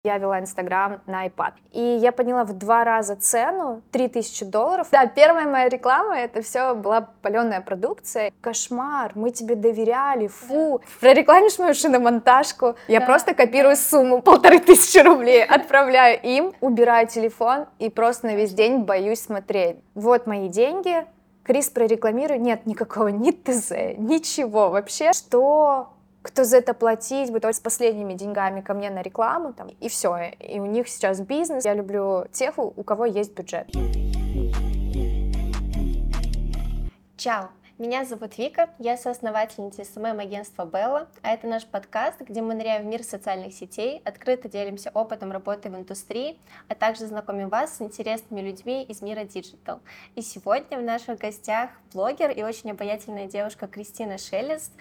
Я вела Инстаграм на iPad. И я поняла в 2 раза цену, $3000. Да, первая моя реклама, это все была паленая продукция. Кошмар, мы тебе доверяли, фу. Прорекламишь мою шиномонтажку. Я просто копирую сумму, $1500, отправляю им, убираю телефон и просто на весь день боюсь смотреть. Вот мои деньги. Крис, прорекламируй. Нет никакого ни ТЗ, ничего вообще. Кто за это платить будет, с последними деньгами ко мне на рекламу, там, и все, и у них сейчас бизнес. Я люблю тех, у кого есть бюджет. Чао, меня зовут Вика, я соосновательница СММ-агентства Белла, а это наш подкаст, где мы ныряем в мир социальных сетей, открыто делимся опытом работы в индустрии, а также знакомим вас с интересными людьми из мира диджитал. И сегодня в наших гостях блогер и очень обаятельная девушка Кристина Шелест.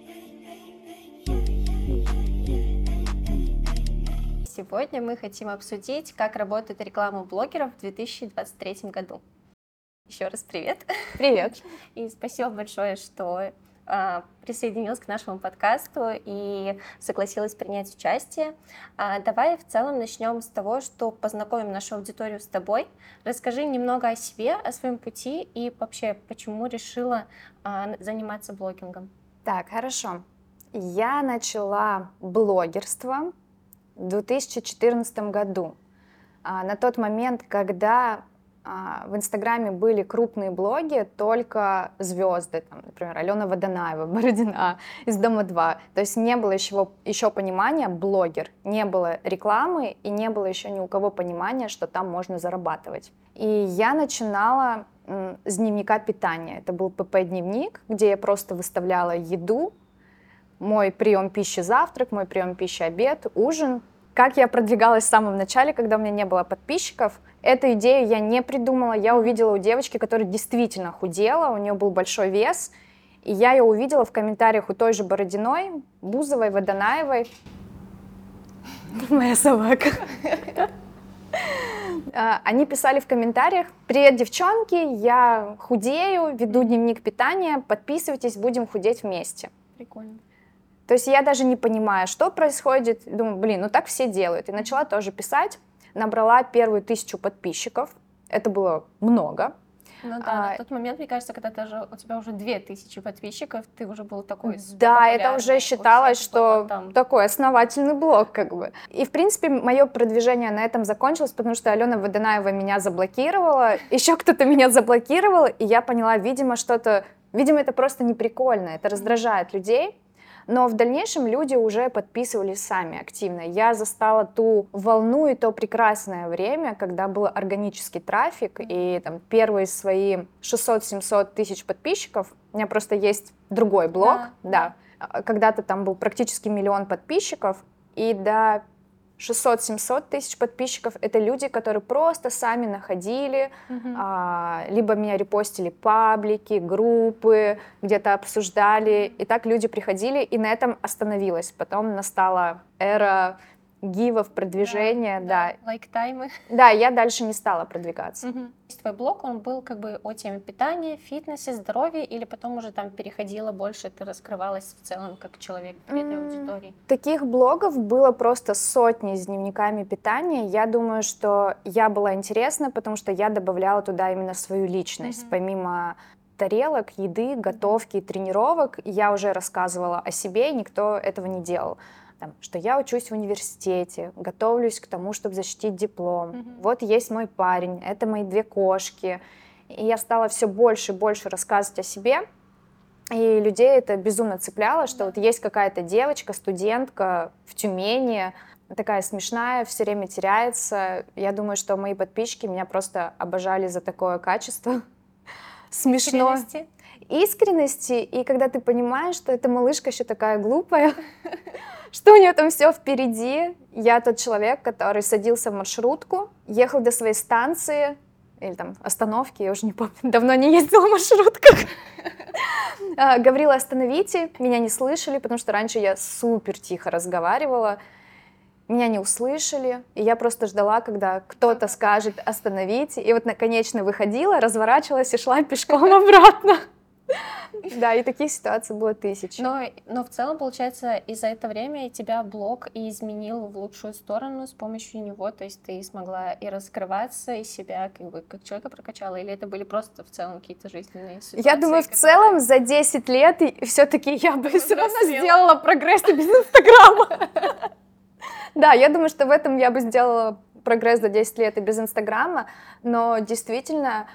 Сегодня мы хотим обсудить, как работает реклама блогеров в 2023 году. Еще раз привет. Привет. И спасибо большое, что присоединилась к нашему подкасту и согласилась принять участие. Давай в целом начнем с того, что познакомим нашу аудиторию с тобой. Расскажи немного о себе, о своем пути и вообще, почему решила заниматься блогингом. Так, хорошо. Я начала блогерство в 2014 году. На тот момент, когда в Инстаграме были крупные блоги, только звезды, там, например, Алена Водонаева, Бородина из Дома-2. То есть не было еще понимания блогер, не было рекламы и не было еще ни у кого понимания, что там можно зарабатывать. И я начинала с дневника питания. Это был ПП-дневник, где я просто выставляла еду, мой прием пищи завтрак, мой прием пищи обед, ужин. Как я продвигалась в самом начале, когда у меня не было подписчиков, эту идею я не придумала. Я увидела у девочки, которая действительно худела, у нее был большой вес, и я ее увидела в комментариях у той же Бородиной, Бузовой, Водонаевой. Моя собака. Они писали в комментариях: «Привет, девчонки, я худею, веду дневник питания, подписывайтесь, будем худеть вместе». Прикольно. То есть я даже не понимаю, что происходит, думаю, ну так все делают. И начала тоже писать, набрала первую 1000 подписчиков, это было много. Ну да, на тот момент, мне кажется, когда у тебя уже 2000 подписчиков, ты уже был такой Да, это уже считалось, что такой основательный блог, как бы. И, в принципе, мое продвижение на этом закончилось, потому что Алена Водонаева меня заблокировала, еще кто-то меня заблокировал, и я поняла, видимо, это просто не прикольно, это раздражает людей. Но в дальнейшем люди уже подписывались сами активно. Я застала ту волну и то прекрасное время, когда был органический трафик, и там первые свои 600-700 тысяч подписчиков, у меня просто есть другой блог, да. Когда-то там был практически 1 миллион подписчиков, и до 600-700 тысяч подписчиков — это люди, которые просто сами находили, либо меня репостили паблики, группы, где-то обсуждали, и так люди приходили, и на этом остановилась. Потом настала эра гивов, продвижения, да. Лайктаймы. Да, я дальше не стала продвигаться. Твой блог, он был как бы о теме питания, фитнесе, здоровья, или потом уже там переходила больше, ты раскрывалась в целом как человек для аудитории? Таких блогов было просто сотни с дневниками питания. Я думаю, что я была интересна, потому что я добавляла туда именно свою личность. Помимо тарелок, еды, готовки, тренировок, я уже рассказывала о себе, и никто этого не делал. Что я учусь в университете, готовлюсь к тому, чтобы защитить диплом. Вот есть мой парень, это мои 2 кошки. И я стала все больше и больше рассказывать о себе. И людей это безумно цепляло, что вот есть какая-то девочка, студентка в Тюмени, такая смешная, все время теряется. Я думаю, что мои подписчики меня просто обожали за такое качество. Смешно. Искренности. И когда ты понимаешь, что эта малышка еще такая глупая, что у нее там все впереди. Я тот человек, который садился в маршрутку, ехал до своей станции, или там остановки, я уже не помню, давно не ездила в маршрутках. Говорила: остановите, меня не слышали, потому что раньше я супер тихо разговаривала. Меня не услышали, и я просто ждала, когда кто-то скажет «остановите». И вот, наконец, выходила, разворачивалась и шла пешком обратно. Да, и таких ситуаций было тысячи. Но в целом, получается, и за это время тебя блог и изменил в лучшую сторону с помощью него, то есть ты смогла и раскрываться, и себя как бы как человека прокачала, или это были просто в целом какие-то жизненные ситуации? Я думаю, в целом за 10 лет все-таки я бы все равно сделала прогресс и без Инстаграма. Да, я думаю, что в этом я бы сделала прогресс за 10 лет и без Инстаграма, но действительно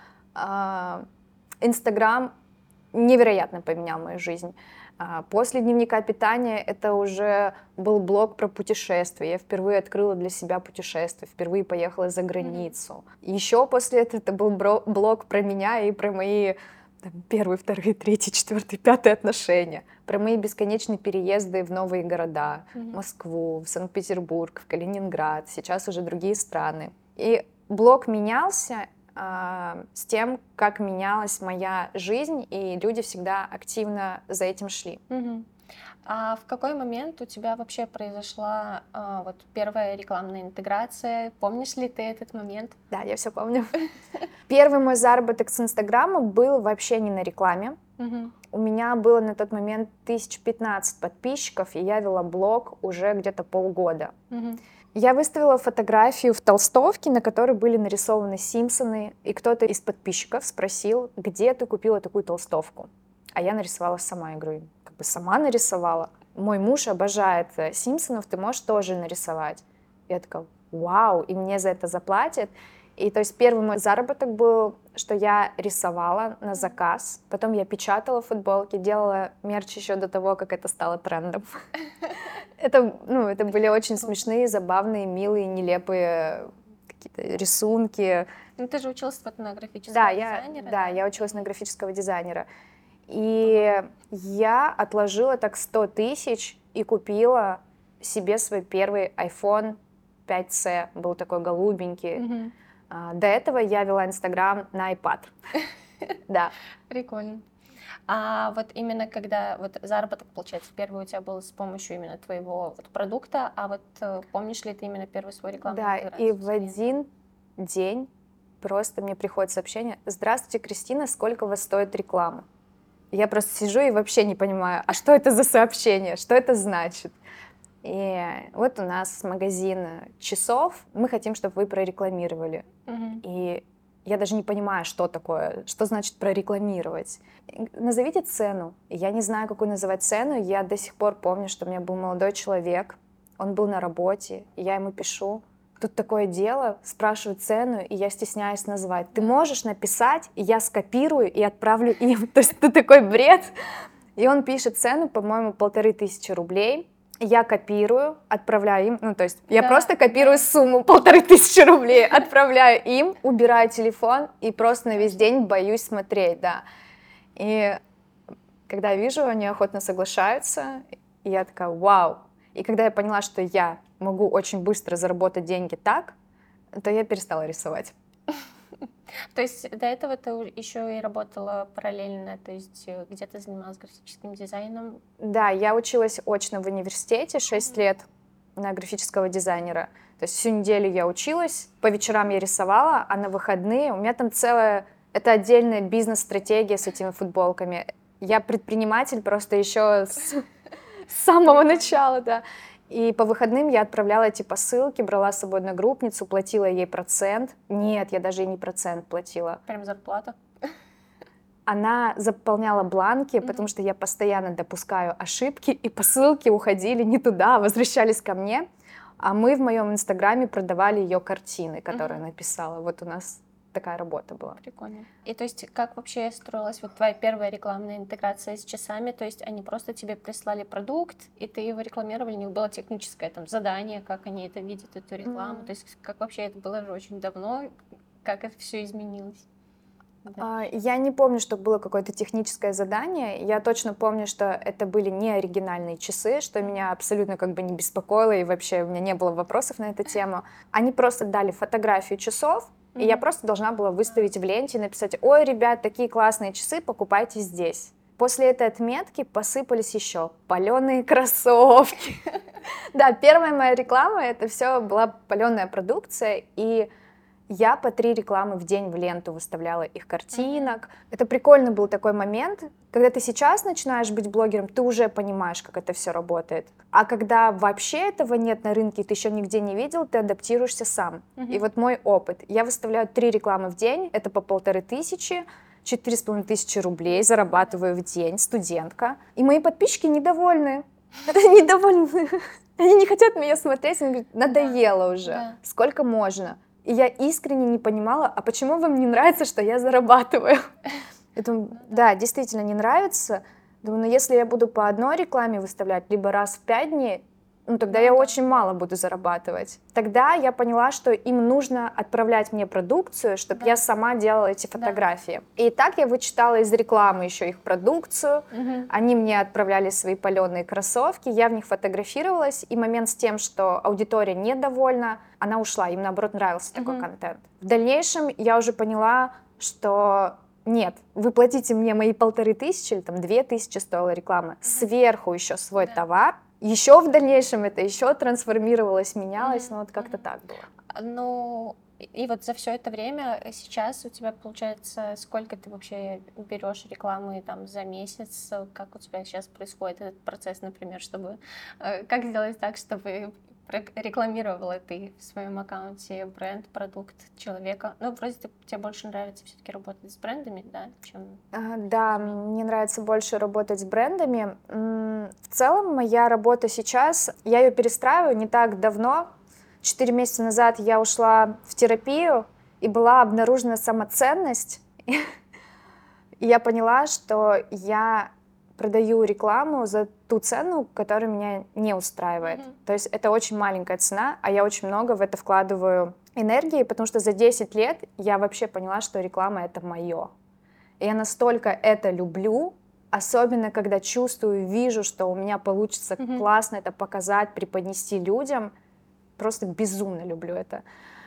Инстаграм невероятно поменял мою жизнь. После дневника питания это уже был блог про путешествия. Я впервые открыла для себя путешествия, впервые поехала за границу. Еще после этого это был блог про меня и про мои первые, вторые, третьи, четвертые, пятые отношения, про мои бесконечные переезды в новые города, в Москву, в Санкт-Петербург, в Калининград, сейчас уже другие страны. И блог менялся с тем, как менялась моя жизнь, и люди всегда активно за этим шли. А в какой момент у тебя вообще произошла вот первая рекламная интеграция? Помнишь ли ты этот момент? Да, я все помню. Первый мой заработок с Инстаграма был вообще не на рекламе. У меня было на тот момент 1015 подписчиков, и я вела блог уже где-то полгода. Я выставила фотографию в толстовке, на которой были нарисованы Симпсоны, и кто-то из подписчиков спросил, где ты купила такую толстовку. А я нарисовала сама, я говорю, как бы сама нарисовала. Мой муж обожает Симпсонов, ты можешь тоже нарисовать. Я такая, вау, и мне за это заплатят. И то есть первый мой заработок был, что я рисовала на заказ, потом я печатала футболки, делала мерч еще до того, как это стало трендом. Это были очень смешные, забавные, милые, нелепые какие-то рисунки. Ну, ты же училась на графического дизайнера. Да, я училась на графического дизайнера. И я отложила так 100 тысяч и купила себе свой первый iPhone 5C, был такой голубенький. До этого я вела Инстаграм на iPad. Да. Прикольно. А вот именно когда вот заработок, получается, первый у тебя был с помощью именно твоего вот продукта, а вот помнишь ли ты именно первый свой рекламный интеграцию? Да, и в один день просто мне приходит сообщение: «Здравствуйте, Кристина, сколько у вас стоит реклама?» Я просто сижу и вообще не понимаю, а что это за сообщение, что это значит? И вот у нас магазин часов, мы хотим, чтобы вы прорекламировали. И я даже не понимаю, что такое, что значит прорекламировать. Назовите цену. Я не знаю, какую называть цену. Я до сих пор помню, что у меня был молодой человек, он был на работе, и я ему пишу: тут такое дело, спрашиваю цену, и я стесняюсь назвать. Ты можешь написать, и я скопирую и отправлю им. То есть это такой бред. И он пишет цену, по-моему, 1500 рублей. Я копирую, отправляю им, ну, то есть я просто копирую сумму 1500 рублей, отправляю им, убираю телефон и просто на весь день боюсь смотреть, да. И когда я вижу, они охотно соглашаются, я такая, вау. И когда я поняла, что я могу очень быстро заработать деньги так, то я перестала рисовать. То есть до этого ты еще и работала параллельно, то есть где-то занималась графическим дизайном? Да, я училась очно в университете 6 лет на графического дизайнера. То есть всю неделю я училась, по вечерам я рисовала, а на выходные у меня там целая... Это отдельная бизнес-стратегия с этими футболками. Я предприниматель просто еще с самого начала, да. И по выходным я отправляла эти посылки, брала с собой одногруппницу, платила ей процент. Нет, я даже и не процент платила. Прям зарплата? Она заполняла бланки, потому что я постоянно допускаю ошибки, и посылки уходили не туда, а возвращались ко мне. А мы в моем инстаграме продавали ее картины, которые она писала. Вот у нас такая работа была. Прикольно. И то есть как вообще строилась вот твоя первая рекламная интеграция с часами? То есть они просто тебе прислали продукт, и ты его рекламировали, у них было техническое там задание, как они это видят, эту рекламу? То есть как вообще это было же очень давно, как это все изменилось? Да. Я не помню, что было какое-то техническое задание. Я точно помню, что это были не оригинальные часы, что меня абсолютно как бы не беспокоило, и вообще у меня не было вопросов на эту тему. Они просто дали фотографию часов, и я просто должна была выставить в ленте и написать: «Ой, ребят, такие классные часы, покупайте здесь». После этой отметки посыпались еще паленые кроссовки. Да, первая моя реклама, это все была паленая продукция, и Я по 3 рекламы в день в ленту выставляла их картинок. Это прикольный был такой момент. Когда ты сейчас начинаешь быть блогером, ты уже понимаешь, как это все работает. А когда вообще этого нет на рынке, ты еще нигде не видел, ты адаптируешься сам. И вот мой опыт. Я выставляю 3 рекламы в день, это по 1500, 4500 рублей зарабатываю в день, студентка. И мои подписчики недовольны. Недовольны. Они не хотят меня смотреть, они говорят, надоело уже, сколько можно. И я искренне не понимала, а почему вам не нравится, что я зарабатываю? Да, действительно не нравится. Думаю, ну если я буду по одной рекламе выставлять, либо раз в 5 дней, ну тогда я очень мало буду зарабатывать. Тогда я поняла, что им нужно отправлять мне продукцию, чтобы я сама делала эти фотографии. И так я вычитала из рекламы еще их продукцию, они мне отправляли свои паленые кроссовки, я в них фотографировалась, и момент с тем, что аудитория недовольна, она ушла, им наоборот нравился такой контент. В дальнейшем я уже поняла, что нет, вы платите мне мои 1500 или там 2000 стоила реклама, сверху еще свой товар. Еще в дальнейшем это еще трансформировалось, менялось, но вот как-то так было. Ну, и вот за все это время сейчас у тебя получается, сколько ты вообще берешь рекламы там за месяц? Как у тебя сейчас происходит этот процесс, например, чтобы как сделать так, чтобы рекламировала ты в своем аккаунте бренд, продукт человека? Ну, вроде тебе больше нравится все-таки работать с брендами, да, чем... Да, мне нравится больше работать с брендами. В целом, моя работа сейчас, я ее перестраиваю не так давно. 4 месяца назад я ушла в терапию, и была обнаружена самоценность. И я поняла, что я продаю рекламу за ту цену, которая меня не устраивает. То есть это очень маленькая цена, а я очень много в это вкладываю энергии, потому что за 10 лет я вообще поняла, что реклама — это мое. И я настолько это люблю, особенно когда чувствую, вижу, что у меня получится классно это показать, преподнести людям. Просто безумно люблю это.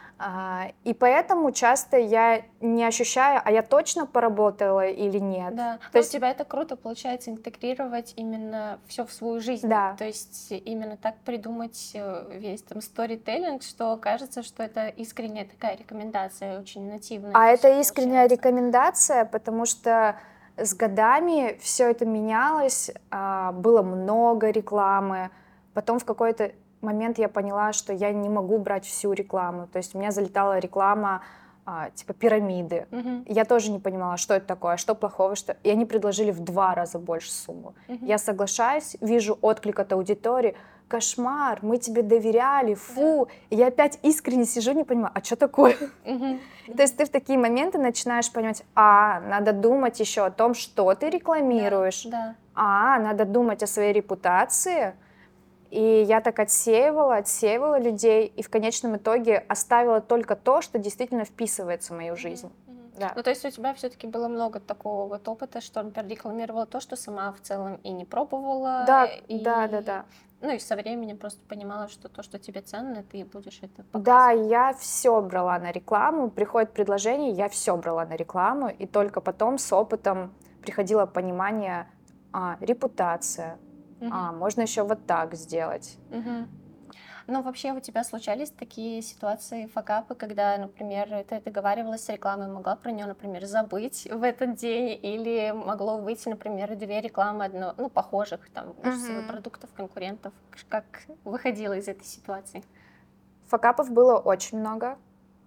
И поэтому часто я не ощущаю, а я точно поработала или нет. Да, то есть у тебя это круто получается интегрировать именно все в свою жизнь. Да. То есть именно так придумать весь там сторителлинг, что кажется, что это искренняя такая рекомендация, очень нативная. А это искренняя рекомендация, потому что с годами все это менялось, было много рекламы, потом в какой-то момент я поняла, что я не могу брать всю рекламу. То есть у меня залетала реклама типа пирамиды. Я тоже не понимала, что это такое, что плохого, что... И они предложили в 2 раза больше сумму. Я соглашаюсь, вижу отклик от аудитории. Кошмар, мы тебе доверяли, фу. И я опять искренне сижу, не понимаю, а что такое? То есть ты в такие моменты начинаешь понимать, надо думать еще о том, что ты рекламируешь. Надо думать о своей репутации. И я так отсеивала людей, и в конечном итоге оставила только то, что действительно вписывается в мою жизнь. Да. Ну, то есть у тебя все-таки было много такого вот опыта, что, например, рекламировала то, что сама в целом и не пробовала. Да. Ну, и со временем просто понимала, что то, что тебе ценно, ты будешь это показывать. Да, я все брала на рекламу, приходит предложение, я все брала на рекламу, и только потом с опытом приходило понимание, репутация, можно еще вот так сделать. Ну, вообще у тебя случались такие ситуации, факапы, когда, например, ты договаривалась с рекламой, могла про нее, например, забыть в этот день, или могло выйти, например, 2 рекламы, похожих, там, продуктов, конкурентов. Как выходила из этой ситуации? Факапов было очень много.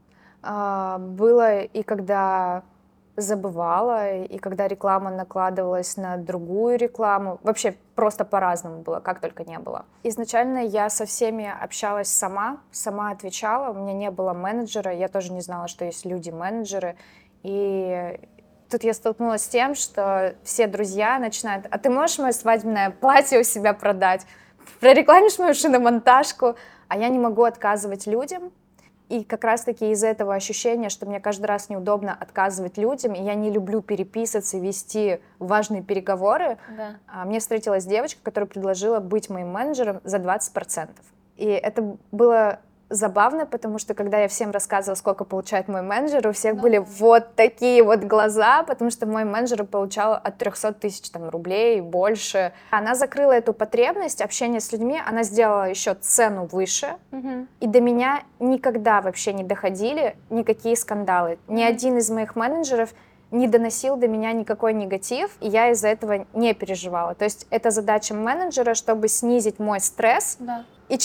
Было и когда забывала, и когда реклама накладывалась на другую рекламу. Вообще просто по-разному было, как только не было. Изначально я со всеми общалась сама отвечала, у меня не было менеджера, я тоже не знала, что есть люди-менеджеры. И тут я столкнулась с тем, что все друзья начинают: а ты можешь мое свадебное платье у себя продать? Прорекламишь мою шиномонтажку? А я не могу отказывать людям. И как раз-таки из-за этого ощущения, что мне каждый раз неудобно отказывать людям, и я не люблю переписываться, вести важные переговоры, мне встретилась девочка, которая предложила быть моим менеджером за 20%. И это было забавно, потому что когда я всем рассказывала, сколько получает мой менеджер, у всех были вот такие вот глаза, потому что мой менеджер получал от 300 тысяч рублей, больше. Она закрыла эту потребность общения с людьми, она сделала еще цену выше, и до меня никогда вообще не доходили никакие скандалы. Ни один из моих менеджеров не доносил до меня никакой негатив, и я из-за этого не переживала. То есть это задача менеджера, чтобы снизить мой стресс. Да. И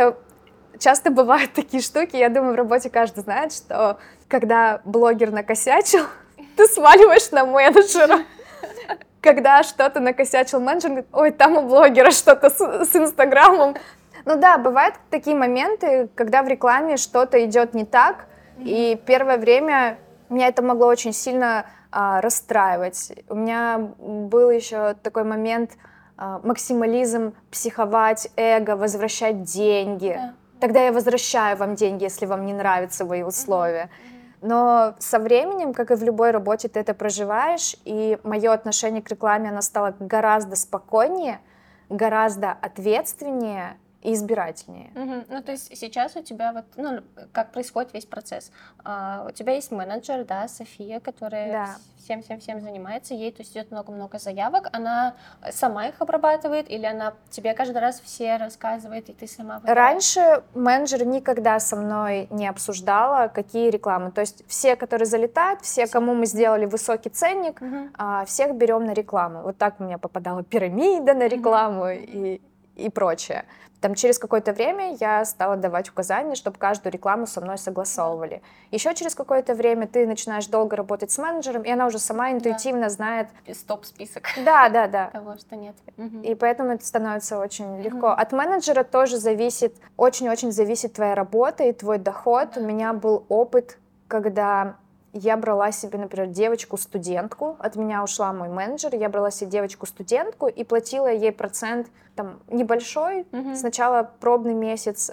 часто бывают такие штуки, я думаю, в работе каждый знает, что когда блогер накосячил, ты сваливаешь на менеджера. Когда что-то накосячил менеджер, говорит, ой, там у блогера что-то с Инстаграмом. Ну да, бывают такие моменты, когда в рекламе что-то идет не так, и первое время меня это могло очень сильно расстраивать. У меня был еще такой момент максимализм, психовать, эго, возвращать деньги. Да. Тогда я возвращаю вам деньги, если вам не нравятся мои условия. Но со временем, как и в любой работе, ты это проживаешь, и мое отношение к рекламе, оно стало гораздо спокойнее, гораздо ответственнее и избирательнее. Ну, то есть сейчас у тебя вот, ну, как происходит весь процесс? У тебя есть менеджер, да, София, которая всем занимается, ей, то есть идет много-много заявок, она сама их обрабатывает или она тебе каждый раз все рассказывает, и ты сама выбираешь? Раньше менеджер никогда со мной не обсуждала, какие рекламы. То есть все, которые залетают, все, кому мы сделали высокий ценник, всех берем на рекламу. Вот так у меня попадала пирамида на рекламу и прочее. Там через какое-то время я стала давать указания, чтобы каждую рекламу со мной согласовывали. Еще через какое-то время ты начинаешь долго работать с менеджером, и она уже сама интуитивно знает... Стоп-список. Да. Того, что нет. И поэтому это становится очень легко. От менеджера тоже зависит, очень-очень зависит твоя работа и твой доход. У меня был опыт, когда... Я брала себе, например, девочку-студентку, от меня ушла мой менеджер, я брала себе девочку-студентку и платила ей процент там небольшой, сначала пробный месяц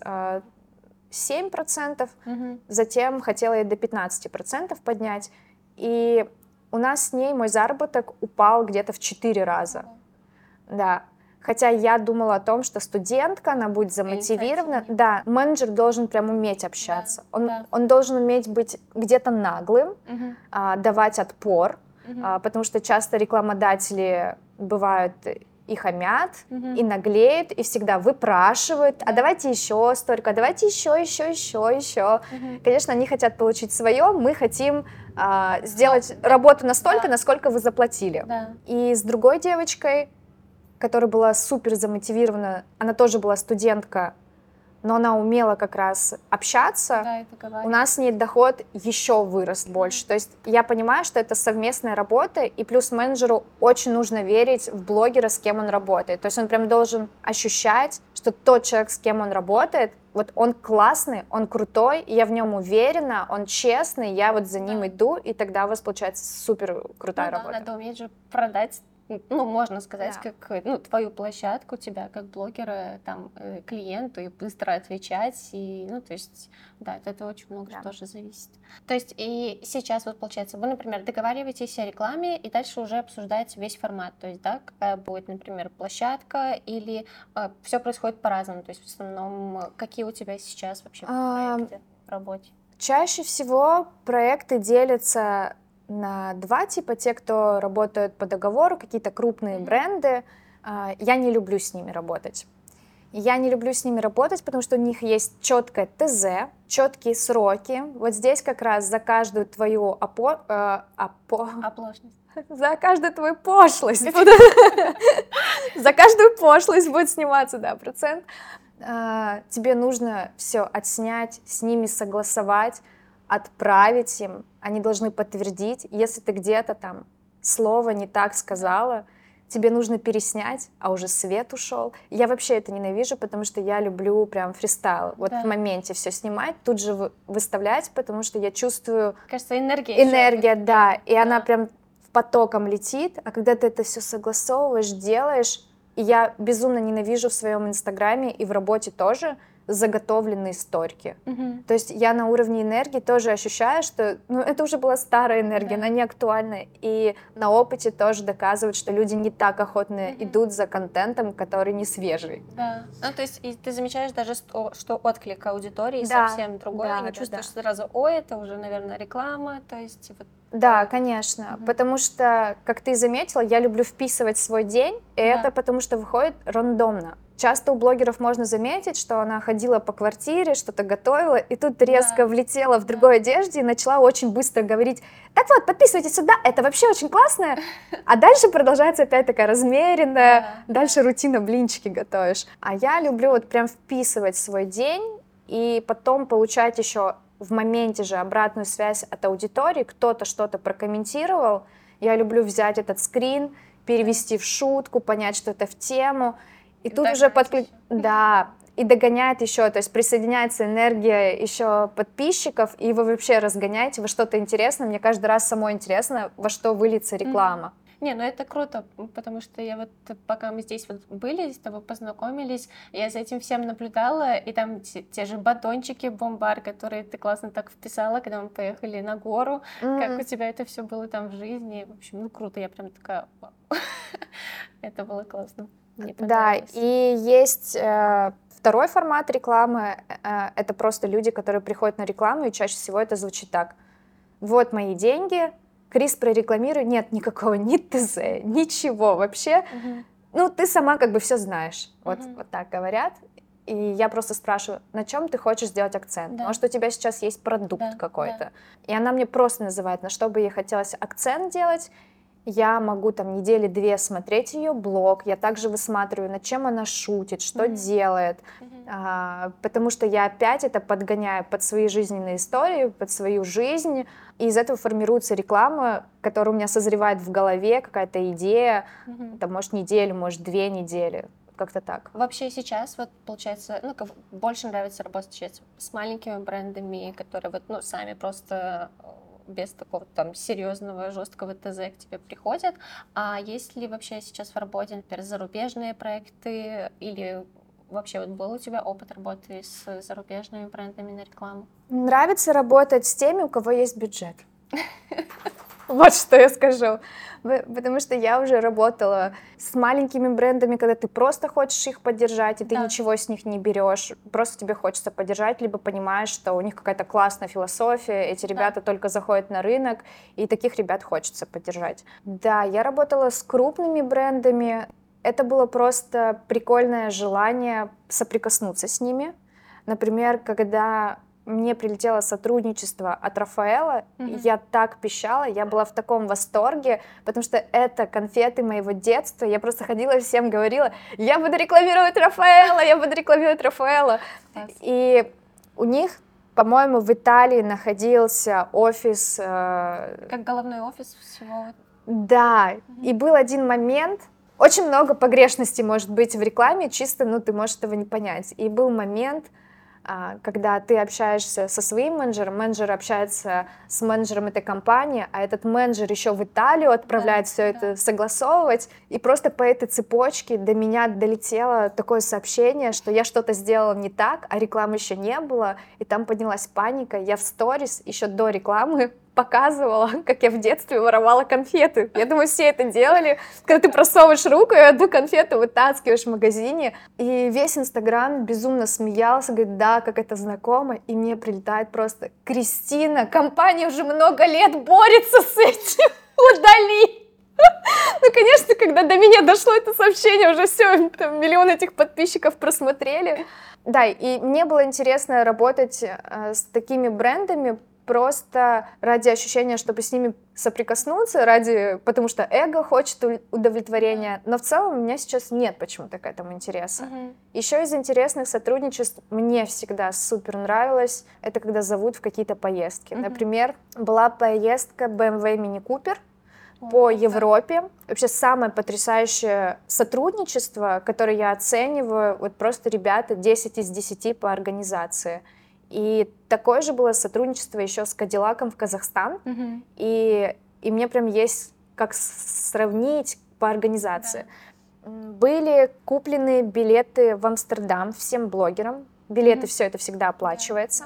7%, затем хотела ей до 15% поднять, и у нас с ней мой заработок упал где-то в 4 раза, да. Хотя я думала о том, что студентка, она будет замотивирована. Да, менеджер должен прям уметь общаться. Он должен уметь быть где-то наглым, давать отпор, потому что часто рекламодатели бывают и хамят, и наглеют, и всегда выпрашивают, а давайте еще столько, а давайте еще. Конечно, они хотят получить свое, мы хотим сделать работу настолько, насколько вы заплатили. И с другой девочкой, которая была супер замотивирована, она тоже была студентка, но она умела как раз общаться, у нас с ней доход еще вырос больше. То есть я понимаю, что это совместная работа, и плюс менеджеру очень нужно верить в блогера, с кем он работает. То есть он прям должен ощущать, что тот человек, с кем он работает, вот он классный, он крутой, и я в нем уверена, он честный, я вот за ним иду, и тогда у вас получается супер крутая работа. Надо уметь же продать, ну, можно сказать, как, ну, твою площадку, тебя как блогера, там, клиенту, и быстро отвечать, и, ну, то есть, да, от этого очень много тоже зависит. То есть, и сейчас, вот, получается, вы, например, договариваетесь о рекламе, и дальше уже обсуждаете весь формат, то есть, да, какая будет, например, площадка, или все происходит по-разному, то есть, в основном, какие у тебя сейчас вообще проекты в работе? Чаще всего проекты делятся на два типа: те, кто работают по договору, какие-то крупные бренды. Я не люблю с ними работать. Потому что у них есть четкое ТЗ, четкие сроки. Вот здесь как раз за каждую твою Оплошность. За каждую твою пошлость. За каждую пошлость будет сниматься, да, процент. Тебе нужно все отснять, с ними согласовать, отправить им, они должны подтвердить. Если ты где-то там слово не так сказала, тебе нужно переснять, а уже свет ушел. Я вообще это ненавижу, потому что я люблю прям фристайл. Вот в моменте все снимать, тут же выставлять, потому что я чувствую... Кажется, энергия, да, и она прям потоком летит, а когда ты это все согласовываешь, делаешь, и я безумно ненавижу в своем инстаграме и в работе тоже заготовленные сторики. Мгм. То есть я на уровне энергии тоже ощущаю, что это уже была старая энергия, Да. она не актуальна. И на опыте тоже доказывают, что люди не так охотно идут за контентом, который не свежий. Да. Ну, то есть и ты замечаешь даже, что отклик аудитории Да, совсем другой, да, и не да, чувствуешь да. сразу, ой, это уже, наверное, реклама, то есть вот. Да, конечно, потому что, как ты заметила, я люблю вписывать свой день, и это потому что выходит рандомно. Часто у блогеров можно заметить, что она ходила по квартире, что-то готовила, и тут резко влетела в другой одежде и начала очень быстро говорить: так вот, подписывайтесь сюда, это вообще очень классно. А дальше продолжается опять такая размеренная, дальше рутина, блинчики готовишь. А я люблю вот прям вписывать свой день и потом получать еще в моменте же обратную связь от аудитории, кто-то что-то прокомментировал. Я люблю взять этот скрин, перевести в шутку, понять, что это в тему. И тут уже да, и догоняет еще, то есть присоединяется энергия еще подписчиков, и вы вообще разгоняете во что-то интересное. Мне каждый раз самой интересно, во что выльется реклама. Не, ну это круто, потому что я вот, пока мы здесь вот были, с тобой познакомились, я за этим всем наблюдала, и там те же батончики бомбар, которые ты классно так вписала, когда мы поехали на гору, как у тебя это все было там в жизни, в общем, ну круто, я прям такая, вау. Это было классно. Да, и есть второй формат рекламы, это просто люди, которые приходят на рекламу, и чаще всего это звучит так: вот мои деньги, Крис, прорекламируй. Нет никакого ни ТЗ, ничего вообще. Ну, ты сама как бы все знаешь. Вот так говорят. И я просто спрашиваю, на чем ты хочешь сделать акцент? Может, у тебя сейчас есть продукт какой-то? И она мне просто называет, на что бы ей хотелось акцент делать. Я могу там недели 2 смотреть ее блог, я также высматриваю, над чем она шутит, что делает, потому что я опять это подгоняю под свои жизненные истории, под свою жизнь, и из этого формируется реклама, которая у меня созревает в голове, какая-то идея, там, может, неделю, может, 2 недели, как-то так. Вообще сейчас, вот, получается, ну, больше нравится работать сейчас с маленькими брендами, которые вот, ну, сами просто без такого там серьезного, жесткого ТЗ к тебе приходят. А есть ли вообще сейчас в работе, например, зарубежные проекты или вообще вот был у тебя опыт работы с зарубежными брендами на рекламу? Нравится работать с теми, у кого есть бюджет. Вот что я скажу. Потому что я уже работала с маленькими брендами, когда ты просто хочешь их поддержать, и ты ничего с них не берешь. Просто тебе хочется поддержать, либо понимаешь, что у них какая-то классная философия, эти ребята только заходят на рынок, и таких ребят хочется поддержать. Да, я работала с крупными брендами. Это было просто прикольное желание соприкоснуться с ними. Например, когда мне прилетело сотрудничество от Рафаэла, я так пищала, я была в таком восторге, потому что это конфеты моего детства, я просто ходила и всем говорила: я буду рекламировать Рафаэла, я буду рекламировать Рафаэла. И у них, по-моему, в Италии находился офис... Как головной офис всего. Да, и был один момент, очень много погрешностей может быть в рекламе, чисто, ну, ты можешь этого не понять. И был момент, когда ты общаешься со своим менеджером, менеджер общается с менеджером этой компании, а этот менеджер еще в Италию отправляет все это согласовывать, и просто по этой цепочке до меня долетело такое сообщение, что я что-то сделала не так, а рекламы еще не было, и там поднялась паника. Я в сторис еще до рекламы показывала, как я в детстве воровала конфеты. Я думаю, все это делали, когда ты просовываешь руку и одну конфету вытаскиваешь в магазине. И весь Инстаграм безумно смеялся, говорит: да, как это знакомо. И мне прилетает просто: Кристина, компания уже много лет борется с этим, удали. Ну, конечно, когда до меня дошло это сообщение, уже все, там, миллион этих подписчиков просмотрели. Да, и мне было интересно работать с такими брендами, просто ради ощущения, чтобы с ними соприкоснуться, потому что эго хочет удовлетворения, но в целом у меня сейчас нет почему-то к этому интереса. Еще из интересных сотрудничеств мне всегда супер нравилось, это когда зовут в какие-то поездки. Например, была поездка BMW Mini Cooper по Европе. Вообще самое потрясающее сотрудничество, которое я оцениваю, вот просто ребята 10 из 10 по организации. И такое же было сотрудничество еще с Кадиллаком в Казахстан. И мне прям есть как сравнить по организации. Были куплены билеты в Амстердам всем блогерам. билеты, все это всегда оплачивается.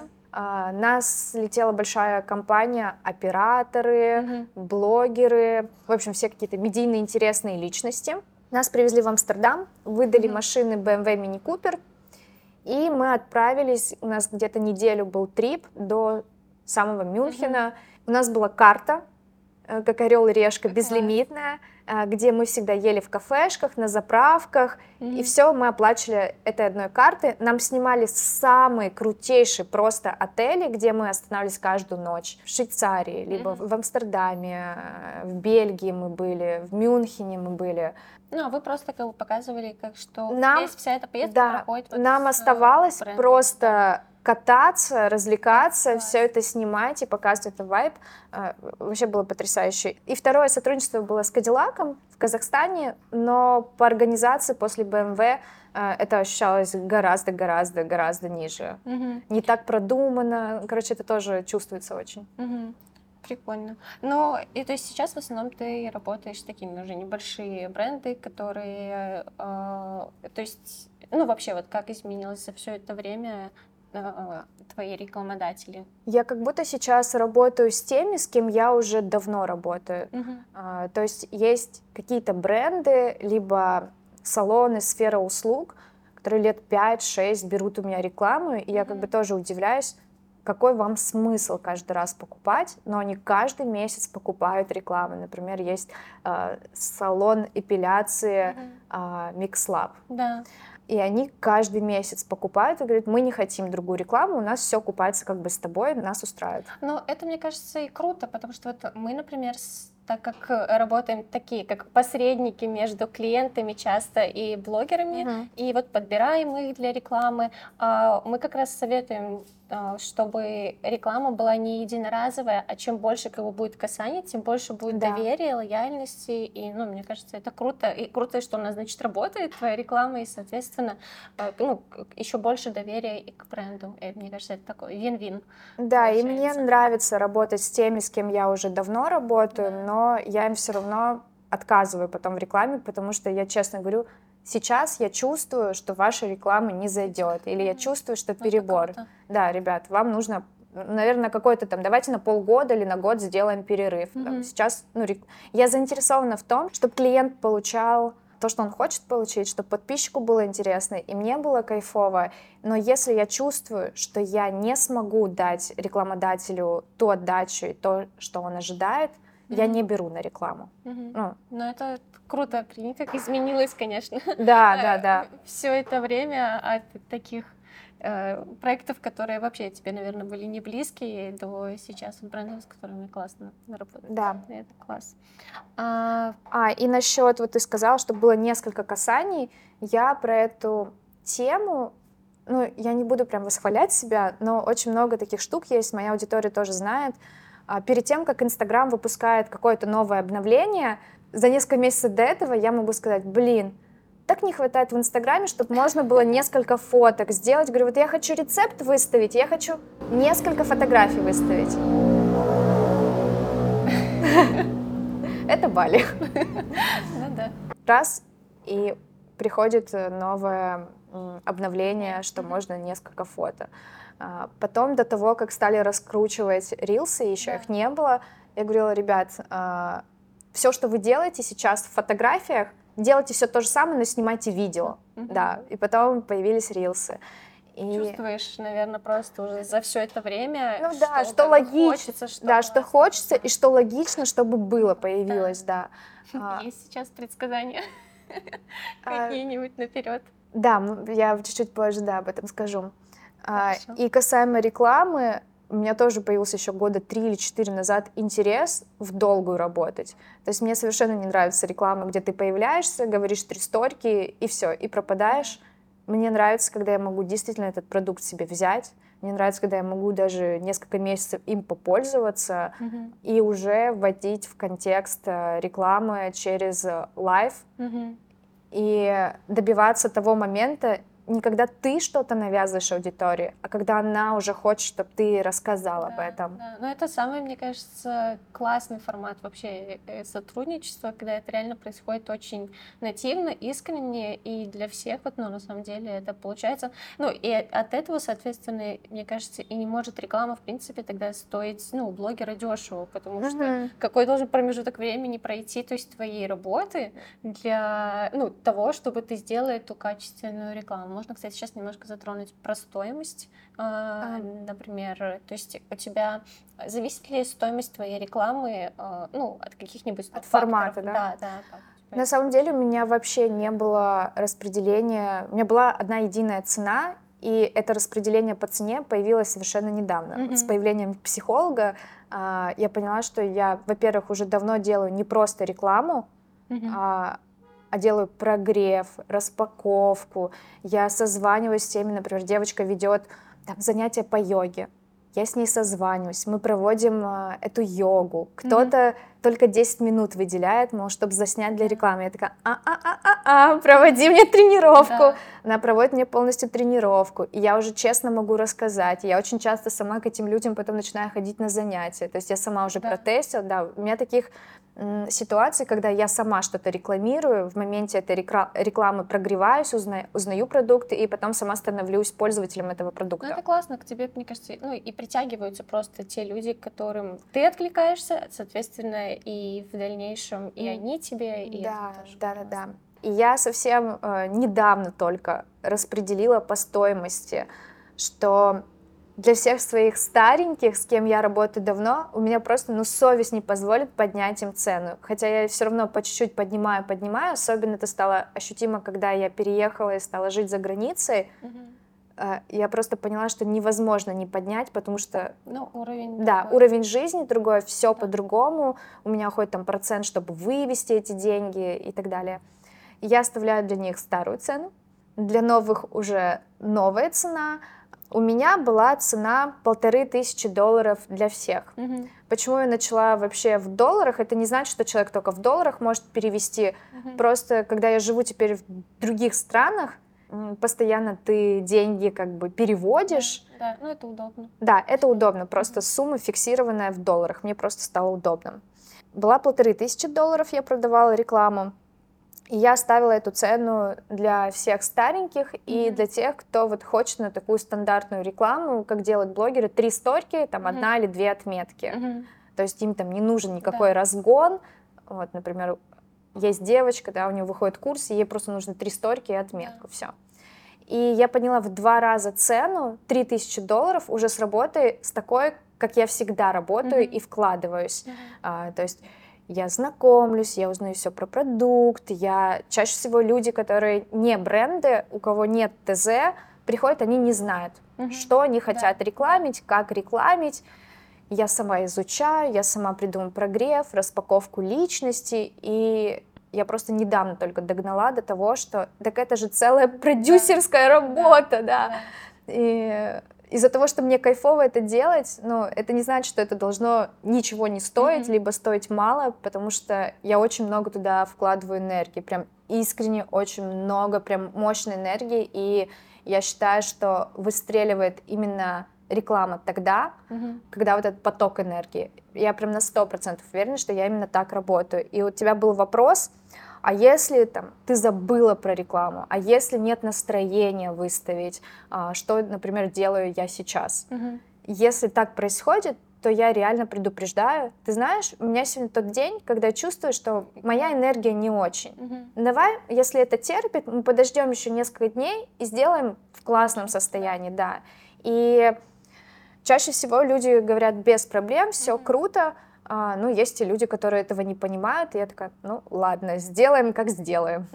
Нас летела большая компания, операторы, блогеры, в общем, все какие-то медийные интересные личности. Нас привезли в Амстердам, выдали машины BMW Mini Cooper, и мы отправились, у нас где-то неделю был трип до самого Мюнхена. У нас была карта, как орел и решка, безлимитная, где мы всегда ели в кафешках, на заправках, и все мы оплачивали этой одной картой. Нам снимали самые крутейшие просто отели, где мы останавливались каждую ночь. В Швейцарии, либо в Амстердаме, в Бельгии мы были, в Мюнхене мы были. Ну, а вы просто как бы показывали, как что вся эта поездка проходит. Вот нам оставалось просто кататься, развлекаться, все это снимать и показывать это вайб. Вообще было потрясающе. И второе сотрудничество было с Кадиллаком в Казахстане, но по организации после BMW это ощущалось гораздо ниже. Не так продумано. Короче, это тоже чувствуется очень. Прикольно. Ну, и то есть сейчас в основном ты работаешь с такими уже небольшие бренды, которые, то есть, ну, вообще, вот как изменилось за все это время твои рекламодатели? Я как будто сейчас работаю с теми, с кем я уже давно работаю. То есть какие-то бренды, либо салоны, сфера услуг, которые лет 5-6 берут у меня рекламу, и я как бы тоже удивляюсь, какой вам смысл каждый раз покупать, но они каждый месяц покупают рекламу. Например, есть салон эпиляции MixLab. Да. И они каждый месяц покупают и говорят, мы не хотим другую рекламу, у нас все окупается как бы с тобой, нас устраивает. Но это, мне кажется, и круто, потому что вот мы, например, так как работаем такие, как посредники между клиентами часто и блогерами, и вот подбираем их для рекламы, мы как раз советуем, чтобы реклама была не единоразовая, а чем больше как бы будет касаний, тем больше будет доверия, лояльности, и, ну, мне кажется, это круто, и круто, что у нас, значит, работает твоя реклама, и, соответственно, ну, еще больше доверия и к бренду, и, мне кажется, это такой вин-вин. Да, получается. И мне нравится работать с теми, с кем я уже давно работаю, но я им все равно отказываю потом в рекламе, потому что я честно говорю, сейчас я чувствую, что ваша реклама не зайдет, или я чувствую, что перебор. Да, ребят, вам нужно, наверное, какой-то там, давайте на полгода или на год сделаем перерыв. Там, сейчас, ну, я заинтересована в том, чтобы клиент получал то, что он хочет получить, чтобы подписчику было интересно, и мне было кайфово. Но если я чувствую, что я не смогу дать рекламодателю ту отдачу и то, что он ожидает, я не беру на рекламу. Ну, это круто, прикинь, как изменилось, конечно. Да. Все это время от таких проектов, которые вообще тебе, наверное, были не близкие, до сейчас брендов, с которыми классно работать. Да. Это класс. И насчет, вот ты сказала, что было несколько касаний, я про эту тему, ну, я не буду прям восхвалять себя, но очень много таких штук есть, моя аудитория тоже знает. Перед тем, как Инстаграм выпускает какое-то новое обновление, за несколько месяцев до этого я могу сказать, так не хватает в Инстаграме, чтобы можно было несколько фоток сделать. Говорю, вот я хочу рецепт выставить, я хочу несколько фотографий выставить. Это Бали. Ну да. Раз, и приходит новое обновление, что можно несколько фото. Потом, до того, как стали раскручивать рилсы, еще их не было, я говорила, ребят, все, что вы делаете сейчас в фотографиях, делайте все то же самое, но снимайте видео. Да, и потом появились рилсы. Чувствуешь, наверное, просто уже за все это время, ну, да, что логично, хочется, что хочется, и что логично, чтобы было, появилось, да. Есть сейчас предсказания какие-нибудь наперед? Да, я чуть-чуть позже, об этом скажу. И касаемо рекламы, у меня тоже появился еще года 3 или 4 назад интерес в долгую работать. То есть мне совершенно не нравится реклама, где ты появляешься, говоришь 3 сторики и все, и пропадаешь. Мне нравится, когда я могу действительно этот продукт себе взять. Мне нравится, когда я могу даже несколько месяцев им попользоваться и уже вводить в контекст рекламы через лайв и добиваться того момента, не когда ты что-то навязываешь аудитории, а когда она уже хочет, чтобы ты рассказал об Да, этом. да. Но это самый, мне кажется, классный формат вообще сотрудничества, когда это реально происходит очень нативно, искренне, и для всех, вот, ну, на самом деле, это получается. Ну, и от этого, соответственно, мне кажется, и не может реклама, в принципе, тогда стоить, ну, у блогера дешево, потому что какой должен промежуток времени пройти, то есть твоей работы для, ну, того, чтобы ты сделала эту качественную рекламу. Можно, кстати, сейчас немножко затронуть про стоимость, например, то есть у тебя зависит ли стоимость твоей рекламы, ну, от каких-нибудь От факторов? формата, да? Да, да. На самом деле у меня вообще не было распределения, у меня была одна единая цена, и это распределение по цене появилось совершенно недавно. С появлением психолога я поняла, что я, во-первых, уже давно делаю не просто рекламу, а делаю прогрев, распаковку. Я созваниваюсь с теми, например, девочка ведет там занятия по йоге. Я с ней созваниваюсь, мы проводим эту йогу. Кто-то только 10 минут выделяет, мол, чтобы заснять для рекламы. Я такая, проводи мне тренировку. Да. Она проводит мне полностью тренировку. И я уже честно могу рассказать. Я очень часто сама к этим людям потом начинаю ходить на занятия. То есть я сама уже протестила. Да, у меня таких ситуаций, когда я сама что-то рекламирую, в моменте этой рекламы прогреваюсь, узнаю продукты, и потом сама становлюсь пользователем этого продукта. Ну, это классно, к тебе, мне кажется, ну, и притягиваются просто те люди, к которым ты откликаешься, соответственно, и в дальнейшем и они тебе, и да, это тоже да. классно. И я совсем недавно только распределила по стоимости, что для всех своих стареньких, с кем я работаю давно, у меня просто, совесть не позволит поднять им цену. Хотя я все равно по чуть-чуть поднимаю. Особенно это стало ощутимо, когда я переехала и стала жить за границей. Я просто поняла, что невозможно не поднять, потому что уровень уровень жизни другой, все по-другому. У меня уходит там процент, чтобы вывести эти деньги и так далее. Я оставляю для них старую цену, для новых уже новая цена. У меня была цена $1500 для всех. Почему я начала вообще в долларах? Это не значит, что человек только в долларах может перевести. Просто когда я живу теперь в других странах, постоянно ты деньги как бы переводишь. Да, это удобно. Да, это удобно, просто сумма фиксированная в долларах, мне просто стало удобно. Была $1500, я продавала рекламу, и я ставила эту цену для всех стареньких и для тех, кто вот хочет на такую стандартную рекламу, как делают блогеры, 3 сторики, там 1 или 2 отметки. То есть им там не нужен никакой разгон. Вот, например, есть девочка, да, у нее выходит курс, и ей просто нужно 3 сторики и отметку, все. И я поняла в 2 раза цену, $3000 уже с работой, с такой, как я всегда работаю и вкладываюсь. То есть я знакомлюсь, я узнаю все про продукт, чаще всего люди, которые не бренды, у кого нет ТЗ, приходят, они не знают, что они хотят рекламить, как рекламить. Я сама изучаю, я сама придумаю прогрев, распаковку личности, и я просто недавно только догнала до того, что так это же целая продюсерская работа, да. И из-за того, что мне кайфово это делать, это не значит, что это должно ничего не стоить, либо стоить мало, потому что я очень много туда вкладываю энергии, прям искренне очень много, прям мощной энергии, и я считаю, что выстреливает именно реклама тогда, когда вот этот поток энергии. Я прям на 100% уверена, что я именно так работаю. И у тебя был вопрос, а если там ты забыла про рекламу, а если нет настроения выставить, что, например, делаю я сейчас? Если так происходит, то я реально предупреждаю. Ты знаешь, у меня сегодня тот день, когда я чувствую, что моя энергия не очень. Давай, если это терпит, мы подождем еще несколько дней и сделаем в классном состоянии, да. И чаще всего люди говорят, без проблем, все круто. Есть и люди, которые этого не понимают, и я такая, ладно, сделаем, как сделаем.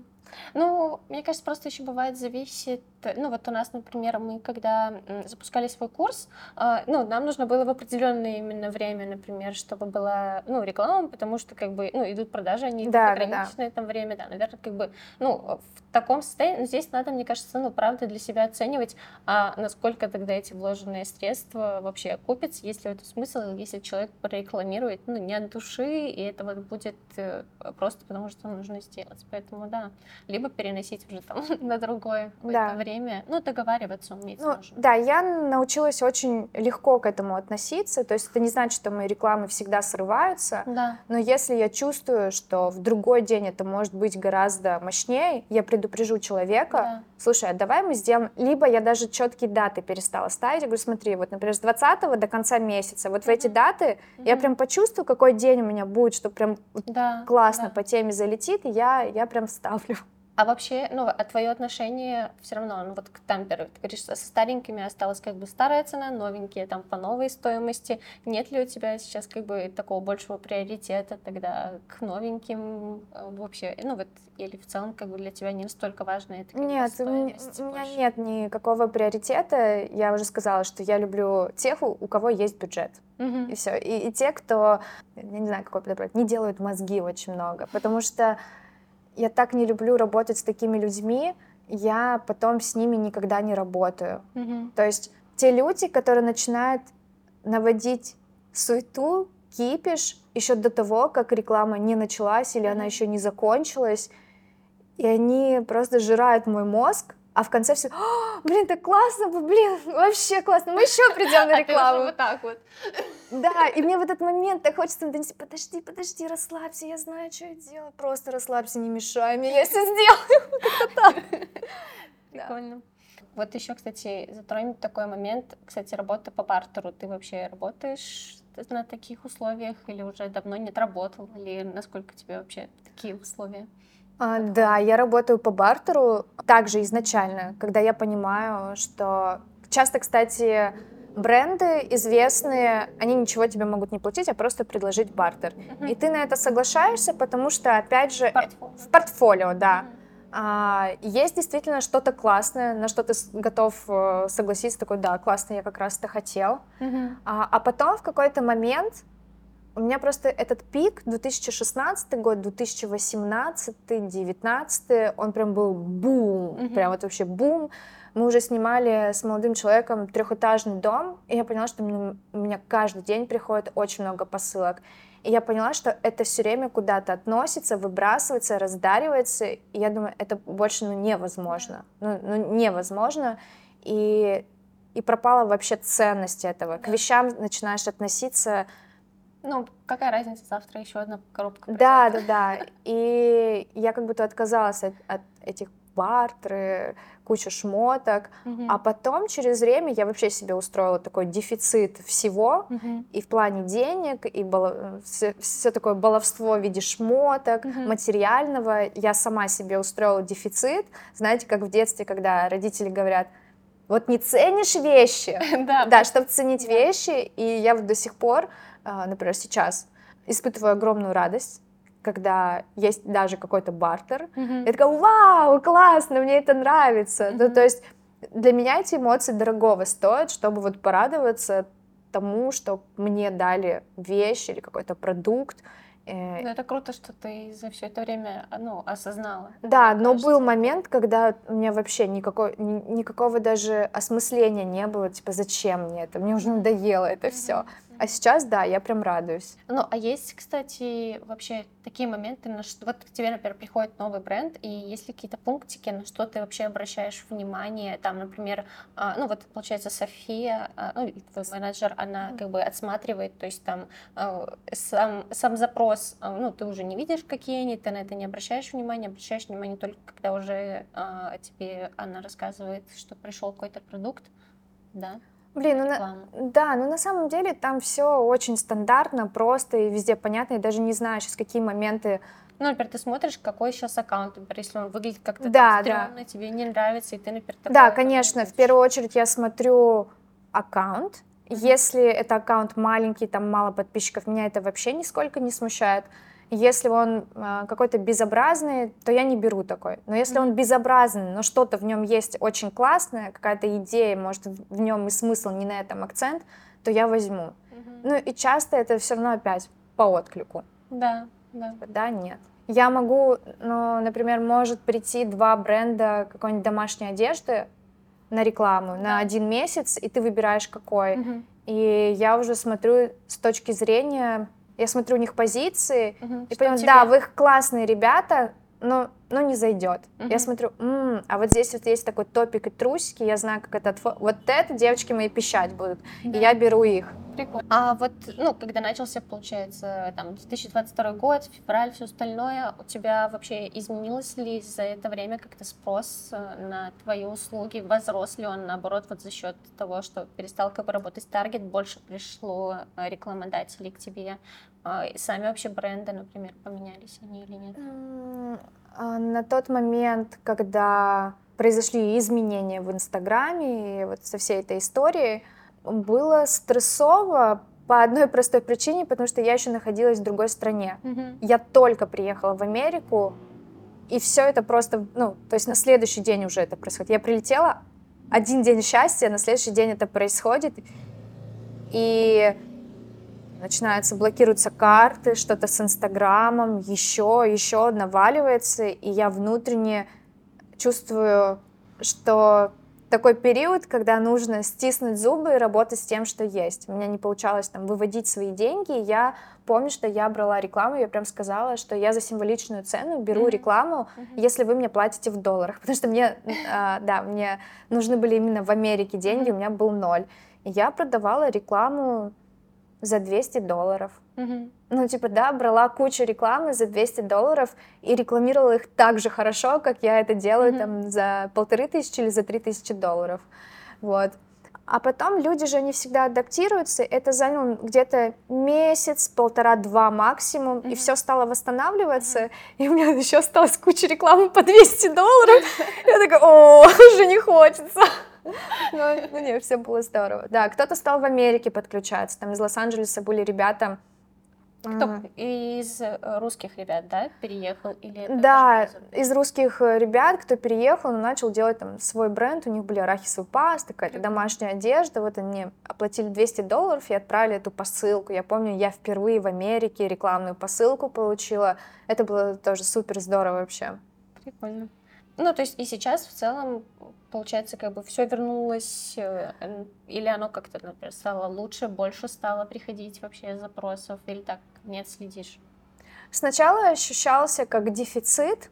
Мне кажется, просто еще бывает зависит, вот у нас, например, мы когда запускали свой курс, нам нужно было в определенное именно время, например, чтобы была, реклама, потому что, идут продажи, они идут ограниченное там время, да, наверное, в таком состоянии, здесь надо, мне кажется, правда для себя оценивать, насколько тогда эти вложенные средства вообще окупятся, есть ли это смысл, если человек прорекламирует, не от души, и это вот будет просто потому, что нужно сделать, поэтому, да. либо переносить уже там на другое Да. время, ну, договариваться уметь нужно. Да, я научилась очень легко к этому относиться, то есть это не значит, что мои рекламы всегда срываются, Да. но если я чувствую, что в другой день это может быть гораздо мощнее, я предупрежу человека, Да. слушай, а давай мы сделаем, либо я даже четкие даты перестала ставить, я говорю, смотри, вот, например, с 20 до конца месяца, вот в эти даты я прям почувствую, какой день у меня будет, что прям классно по теме залетит, и я прям ставлю. А вообще, ну, а твое отношение все равно, ну, вот к тамперу, ты говоришь, со старенькими осталась как бы старая цена, новенькие там по новой стоимости. Нет ли у тебя сейчас как бы такого большего приоритета тогда к новеньким вообще, ну, вот, или в целом как бы для тебя не настолько важно это? Нет, у меня нет никакого приоритета. Я уже сказала, что я люблю тех, у кого есть бюджет. И все. И те, кто, я не знаю, какой подобрать, не делают мозги очень много. Потому что я так не люблю работать с такими людьми, я потом с ними никогда не работаю. То есть те люди, которые начинают наводить суету, кипиш еще до того, как реклама не началась или она еще не закончилась, и они просто жирают мой мозг, а в конце все, блин, так классно, блин, вообще классно, мы еще придем на рекламу. Вот так вот. Да, и мне в этот момент так хочется донести, подожди, расслабься, я знаю, что я делаю, просто расслабься, не мешай мне, я все сделаю. Прикольно. Вот еще, кстати, затронем такой момент, кстати, работа по бартеру. Ты вообще работаешь на таких условиях или уже давно не отработал, или насколько тебе вообще такие условия? Да, я работаю по бартеру также изначально, когда я понимаю, что часто, кстати, бренды известные, они ничего тебе могут не платить, а просто предложить бартер. И ты на это соглашаешься, потому что, опять же, в портфолио, да. Есть действительно что-то классное, на что ты готов согласиться, такой, да, классно, я как раз это хотел. А потом в какой-то момент у меня просто этот пик, 2016 год, 2018, 2019, он прям был бум, прям вот вообще бум. Мы уже снимали с молодым человеком трехэтажный дом, и я поняла, что у меня каждый день приходит очень много посылок. И я поняла, что это все время куда-то относится, выбрасывается, раздаривается, и я думаю, это больше невозможно. Невозможно. И пропала вообще ценность этого. К вещам начинаешь относиться... Ну, какая разница, завтра еще одна коробка придет. Да. И я как будто отказалась от этих бартеры, кучу шмоток. А потом, через время, я вообще себе устроила такой дефицит всего. И в плане денег, и все такое баловство в виде шмоток, материального. Я сама себе устроила дефицит. Знаете, как в детстве, когда родители говорят, вот не ценишь вещи, да, чтобы ценить вещи. И я вот до сих пор, например, сейчас испытываю огромную радость, когда есть даже какой-то бартер. Я такая, вау, классно, мне это нравится. То есть для меня эти эмоции дорогого стоят, чтобы вот порадоваться тому, что мне дали вещь или какой-то продукт. Ну, это круто, что ты за все это время, осознала. Да, но был момент, когда у меня вообще никакого даже осмысления не было, типа, зачем мне это, мне уже надоело это все. А сейчас, да, я прям радуюсь. Ну, а есть, кстати, вообще такие моменты, вот к тебе, например, приходит новый бренд, и есть ли какие-то пунктики, на что ты вообще обращаешь внимание, там, например, вот, получается, София, твой менеджер, она как бы отсматривает, то есть там сам запрос, ты уже не видишь, какие они, ты на это не обращаешь внимание только когда уже тебе она рассказывает, что пришел какой-то продукт, да? Блин, на самом деле там все очень стандартно, просто и везде понятно, и даже не знаю сейчас, какие моменты. Ну, например, ты смотришь, какой сейчас аккаунт, например, если он выглядит как-то стрёмно, тебе не нравится, и ты, например, такой... Да, конечно, в первую очередь я смотрю аккаунт. Если это аккаунт маленький, там мало подписчиков, меня это вообще нисколько не смущает. Если он какой-то безобразный, то я не беру такой. Но если он безобразный, но что-то в нем есть очень классное, какая-то идея, может, в нем и смысл, не на этом акцент, то я возьму. Ну и часто это все равно опять по отклику. Да. Да, нет. Я могу, например, может прийти 2 бренда какой-нибудь домашней одежды на рекламу на 1 месяц, и ты выбираешь какой. И я уже смотрю с точки зрения... Я смотрю у них позиции и понимаю, да, вы классные ребята, но ну, не зайдет. Я смотрю, а вот здесь вот есть такой топик и трусики, я знаю, как это, вот это девочки мои пищать будут, и я беру их. Прикольно. А вот, ну, когда начался, получается, там, 2022 год, февраль, все остальное, у тебя вообще изменилось ли за это время как-то спрос на твои услуги? Возрос ли он, наоборот, вот за счет того, что перестал как бы работать таргет, больше пришло рекламодателей к тебе? И сами вообще бренды, например, поменялись они или нет? На тот момент, когда произошли изменения в Инстаграме, и вот со всей этой историей, было стрессово по одной простой причине, потому что я еще находилась в другой стране. Я только приехала в Америку, и все это просто, ну, то есть на следующий день уже это происходит. Я прилетела, один день счастья, на следующий день это происходит, и блокируются карты, что-то с Инстаграмом, еще наваливается, и я внутренне чувствую, что такой период, когда нужно стиснуть зубы и работать с тем, что есть. У меня не получалось там выводить свои деньги. Я помню, что я брала рекламу, я прям сказала, что я за символичную цену беру рекламу, если вы мне платите в долларах. Потому что мне нужны были именно в Америке деньги, у меня был 0. И я продавала рекламу за $200. Ну, типа, да, брала кучу рекламы за $200 и рекламировала их так же хорошо, как я это делаю там за $1500 или за $3000. Вот. А потом люди же не всегда адаптируются. Это заняло где-то месяц, 1,5-2 максимум, и все стало восстанавливаться. И у меня еще осталась куча рекламы по $200. Я такая, уже не хочется. Ну нет, все было здорово. Да, кто-то стал в Америке подключаться. Там из Лос-Анджелеса были ребята. Кто из русских ребят, да, переехал? Или да, из русских ребят, кто переехал, он начал делать там свой бренд, у них были арахисовые пасты, какая-то домашняя одежда, вот они мне оплатили $200 и отправили эту посылку. Я помню, я впервые в Америке рекламную посылку получила, это было тоже супер здорово вообще. Прикольно. Ну, то есть и сейчас в целом, получается, как бы все вернулось, или оно как-то, например, стало лучше, больше стало приходить вообще запросов, или так нет, следишь? Сначала ощущался как дефицит,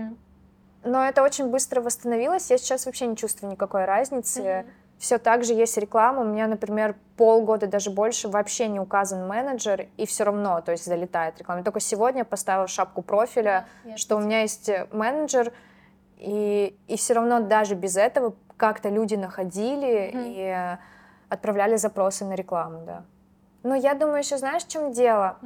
но это очень быстро восстановилось. Я сейчас вообще не чувствую никакой разницы. Все так же есть реклама. У меня, например, полгода, даже больше, вообще не указан менеджер, и все равно, то есть, залетает реклама. Только сегодня поставила шапку профиля, что у меня есть менеджер, и все равно даже без этого как-то люди находили и отправляли запросы на рекламу, да. Но я думаю, еще знаешь, в чем дело?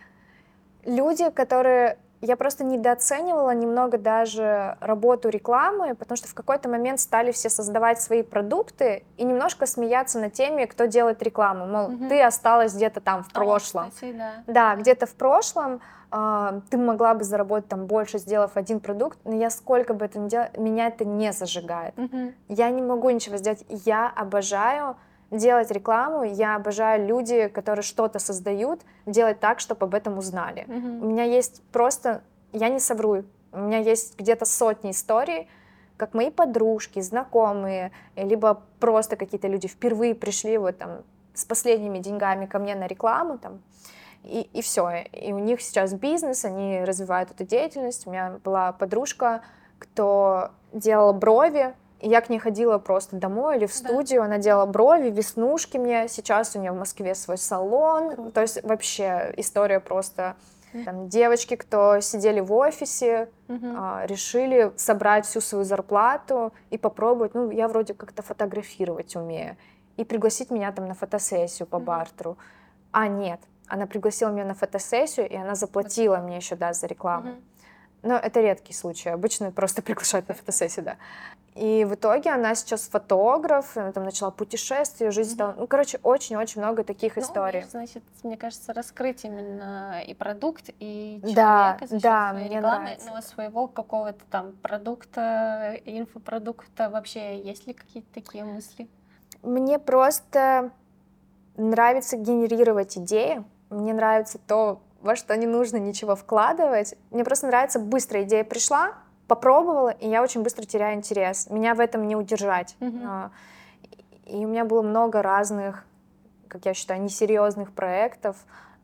Люди, которые... Я просто недооценивала немного даже работу рекламы, потому что в какой-то момент стали все создавать свои продукты и немножко смеяться над теми, кто делает рекламу. Мол, ты осталась где-то там в прошлом. Кстати, да, где-то в прошлом. Ты могла бы заработать там больше, сделав один продукт, но я сколько бы это ни делала, меня это не зажигает. Я не могу ничего сделать. Я обожаю делать рекламу, я обожаю люди, которые что-то создают, делать так, чтобы об этом узнали. У меня есть просто, я не совру, у меня есть где-то сотни историй, как мои подружки, знакомые, либо просто какие-то люди впервые пришли вот там с последними деньгами ко мне на рекламу, там, и все. И у них сейчас бизнес, они развивают эту деятельность. У меня была подружка, кто делала брови, и я к ней ходила просто домой или в студию, она делала брови, веснушки мне. Сейчас у нее в Москве свой салон. Круто. То есть вообще история просто... Там девочки, кто сидели в офисе, решили собрать всю свою зарплату и попробовать. Ну, я вроде как-то фотографировать умею. И пригласить меня там на фотосессию по бартеру. А нет, она пригласила меня на фотосессию, и она заплатила мне еще, да, за рекламу. Но это редкий случай, обычно просто приглашают на фотосессию, да. И в итоге она сейчас фотограф, она там начала путешествие, жизнь стала... Ну, короче, очень-очень много таких историй. Значит, мне кажется, раскрыть именно и продукт, и Да, человека за счет мне рекламы, нравится. но своего какого-то там продукта, инфопродукта. Вообще, есть ли какие-то такие мысли? Мне просто нравится генерировать идеи, мне нравится то, во что не нужно ничего вкладывать. Мне просто нравится, быстро идея пришла, попробовала, и я очень быстро теряю интерес. Меня в этом не удержать. И у меня было много разных, как я считаю, несерьезных проектов,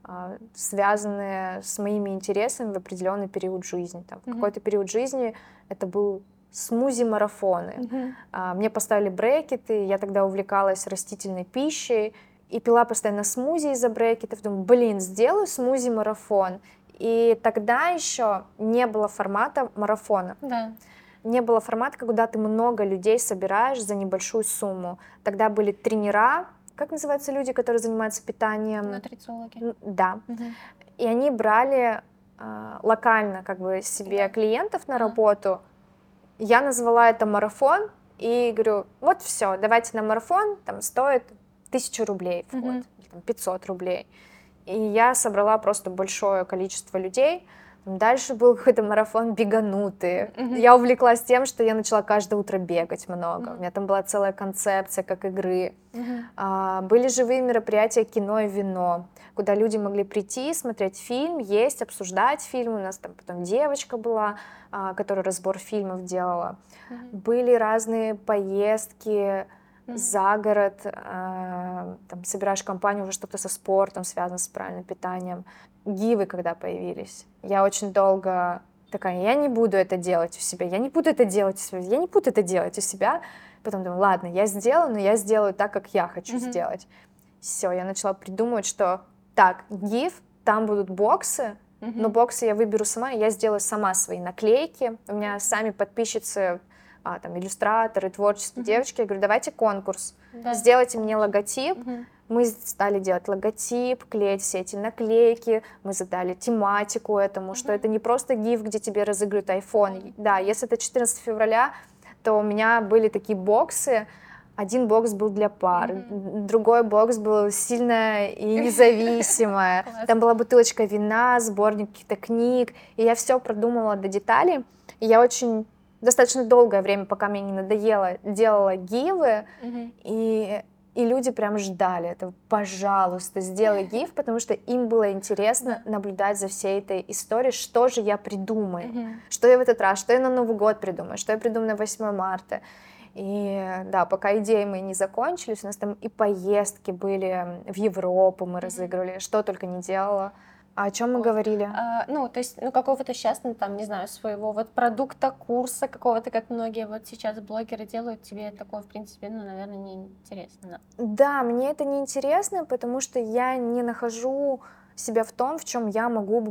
связанные с моими интересами в определенный период жизни. Там, в какой-то период жизни это был смузи-марафоны. Мне поставили брекеты, я тогда увлекалась растительной пищей и пила постоянно смузи из-за брекетов. Думаю, сделаю смузи-марафон. И тогда еще не было формата марафона. Да. Не было формата, когда ты много людей собираешь за небольшую сумму. Тогда были тренера, как называются люди, которые занимаются питанием? Нутрициологи. Да. И они брали локально себе клиентов на работу. Я назвала это марафон и говорю, вот все, давайте на марафон, там стоит 1000 рублей вход, 500 рублей. И я собрала просто большое количество людей. Дальше был какой-то марафон беганутые. Я увлеклась тем, что я начала каждое утро бегать много. У меня там была целая концепция как игры. Были живые мероприятия кино и вино, куда люди могли прийти, смотреть фильм, есть, обсуждать фильм. У нас там потом девочка была, которая разбор фильмов делала. Были разные поездки за город, там собираешь компанию, уже что-то со спортом связано с правильным питанием. Гивы когда появились. Я очень долго такая, я не буду это делать у себя, я не буду это делать у себя, я не буду это делать у себя. Потом думаю, ладно, я сделаю, но я сделаю так, как я хочу сделать. Все, я начала придумывать, что так, гив, там будут боксы, но боксы я выберу сама, и я сделаю сама свои наклейки. У меня сами подписчицы, там, иллюстраторы, творческие девочки. Я говорю, давайте конкурс, сделайте мне логотип. Мы стали делать логотип, клеить все эти наклейки, мы задали тематику этому, что это не просто гиф, где тебе разыгрывают iPhone. Да, если это 14 февраля, то у меня были такие боксы. Один бокс был для пар, другой бокс был сильная и независимая. Там была бутылочка вина, сборник каких-то книг, и я все продумала до деталей. И я достаточно долгое время, пока мне не надоело, делала гивы, и люди прям ждали этого. Пожалуйста, сделай гиф, потому что им было интересно наблюдать за всей этой историей, что же я придумаю, что я в этот раз, что я на Новый год придумаю, что я придумаю на 8 марта. И да, пока идеи мои не закончились, у нас там и поездки были в Европу, мы разыгрывали, что только не делала. А о чем мы говорили? То есть, какого-то сейчас, там, не знаю, своего вот продукта, курса какого-то, как многие вот сейчас блогеры делают, тебе такое, в принципе, наверное, не интересно. Да, мне это не интересно, потому что я не нахожу себя в том, в чем я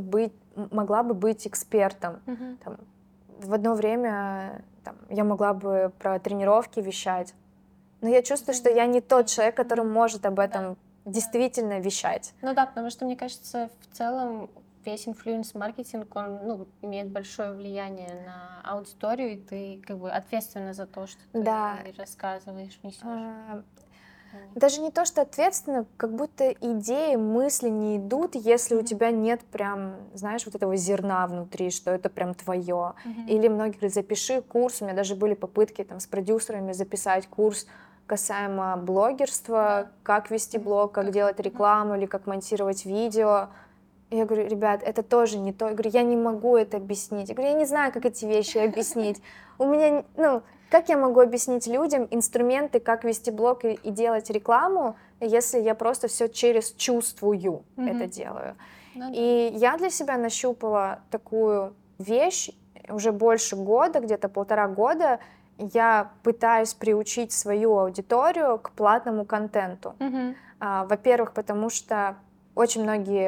могла бы быть экспертом. Там, в одно время я могла бы про тренировки вещать, но я чувствую, что я не тот человек, который может об этом действительно вещать. Ну да, потому что, мне кажется, в целом весь инфлюенс-маркетинг, он имеет большое влияние на аудиторию, и ты ответственна за то, что ты рассказываешь, несешь. Даже не то, что ответственно, как будто идеи, мысли не идут, если у тебя нет прям, знаешь, вот этого зерна внутри, что это прям твое. Или многие говорят, запиши курс, у меня даже были попытки с продюсерами записать курс касаемо блогерства, как вести блог, как делать рекламу или как монтировать видео. И я говорю, ребят, это тоже не то. Я говорю, я не могу это объяснить. Я говорю, я не знаю, как эти вещи объяснить. У меня, как я могу объяснить людям инструменты, как вести блог и делать рекламу, если я просто все через чувствую это делаю. И я для себя нащупала такую вещь уже больше года, где-то 1,5 года. Я пытаюсь приучить свою аудиторию к платному контенту. Во-первых, потому что очень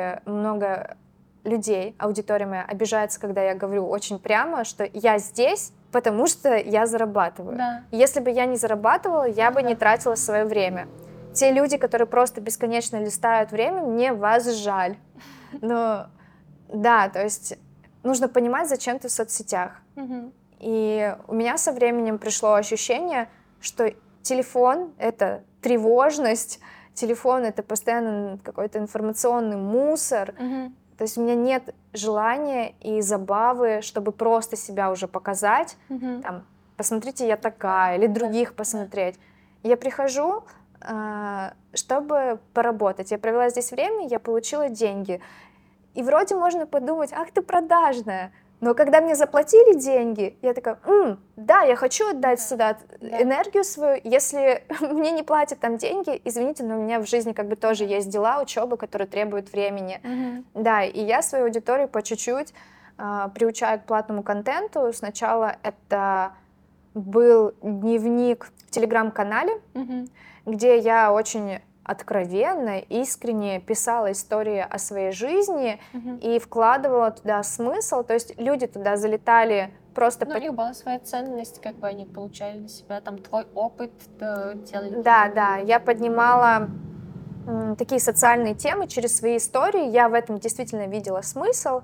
много людей, аудитория моя, обижается, когда я говорю очень прямо, что я здесь, потому что я зарабатываю. Если бы я не зарабатывала, я бы не тратила свое время. Те люди, которые просто бесконечно листают время, мне вас жаль. Но да, то есть нужно понимать, зачем ты в соцсетях. И у меня со временем пришло ощущение, что телефон — это тревожность, телефон — это постоянно какой-то информационный мусор. То есть у меня нет желания и забавы, чтобы просто себя уже показать. Там, посмотрите, я такая, или других посмотреть. Я прихожу, чтобы поработать. Я провела здесь время, я получила деньги. И вроде можно подумать, ах, ты продажная. Но когда мне заплатили деньги, я такая, да, я хочу отдать сюда энергию свою. Если мне не платят там деньги, извините, но у меня в жизни как бы тоже есть дела, учеба, которые требуют времени. Да, и я свою аудиторию по чуть-чуть приучаю к платному контенту. Сначала это был дневник в телеграм-канале, где я очень откровенно, искренне писала истории о своей жизни и вкладывала туда смысл, то есть люди туда залетали просто... У них была своя ценность, как бы они получали для себя, там, твой опыт делали. Да, я поднимала такие социальные темы через свои истории, я в этом действительно видела смысл,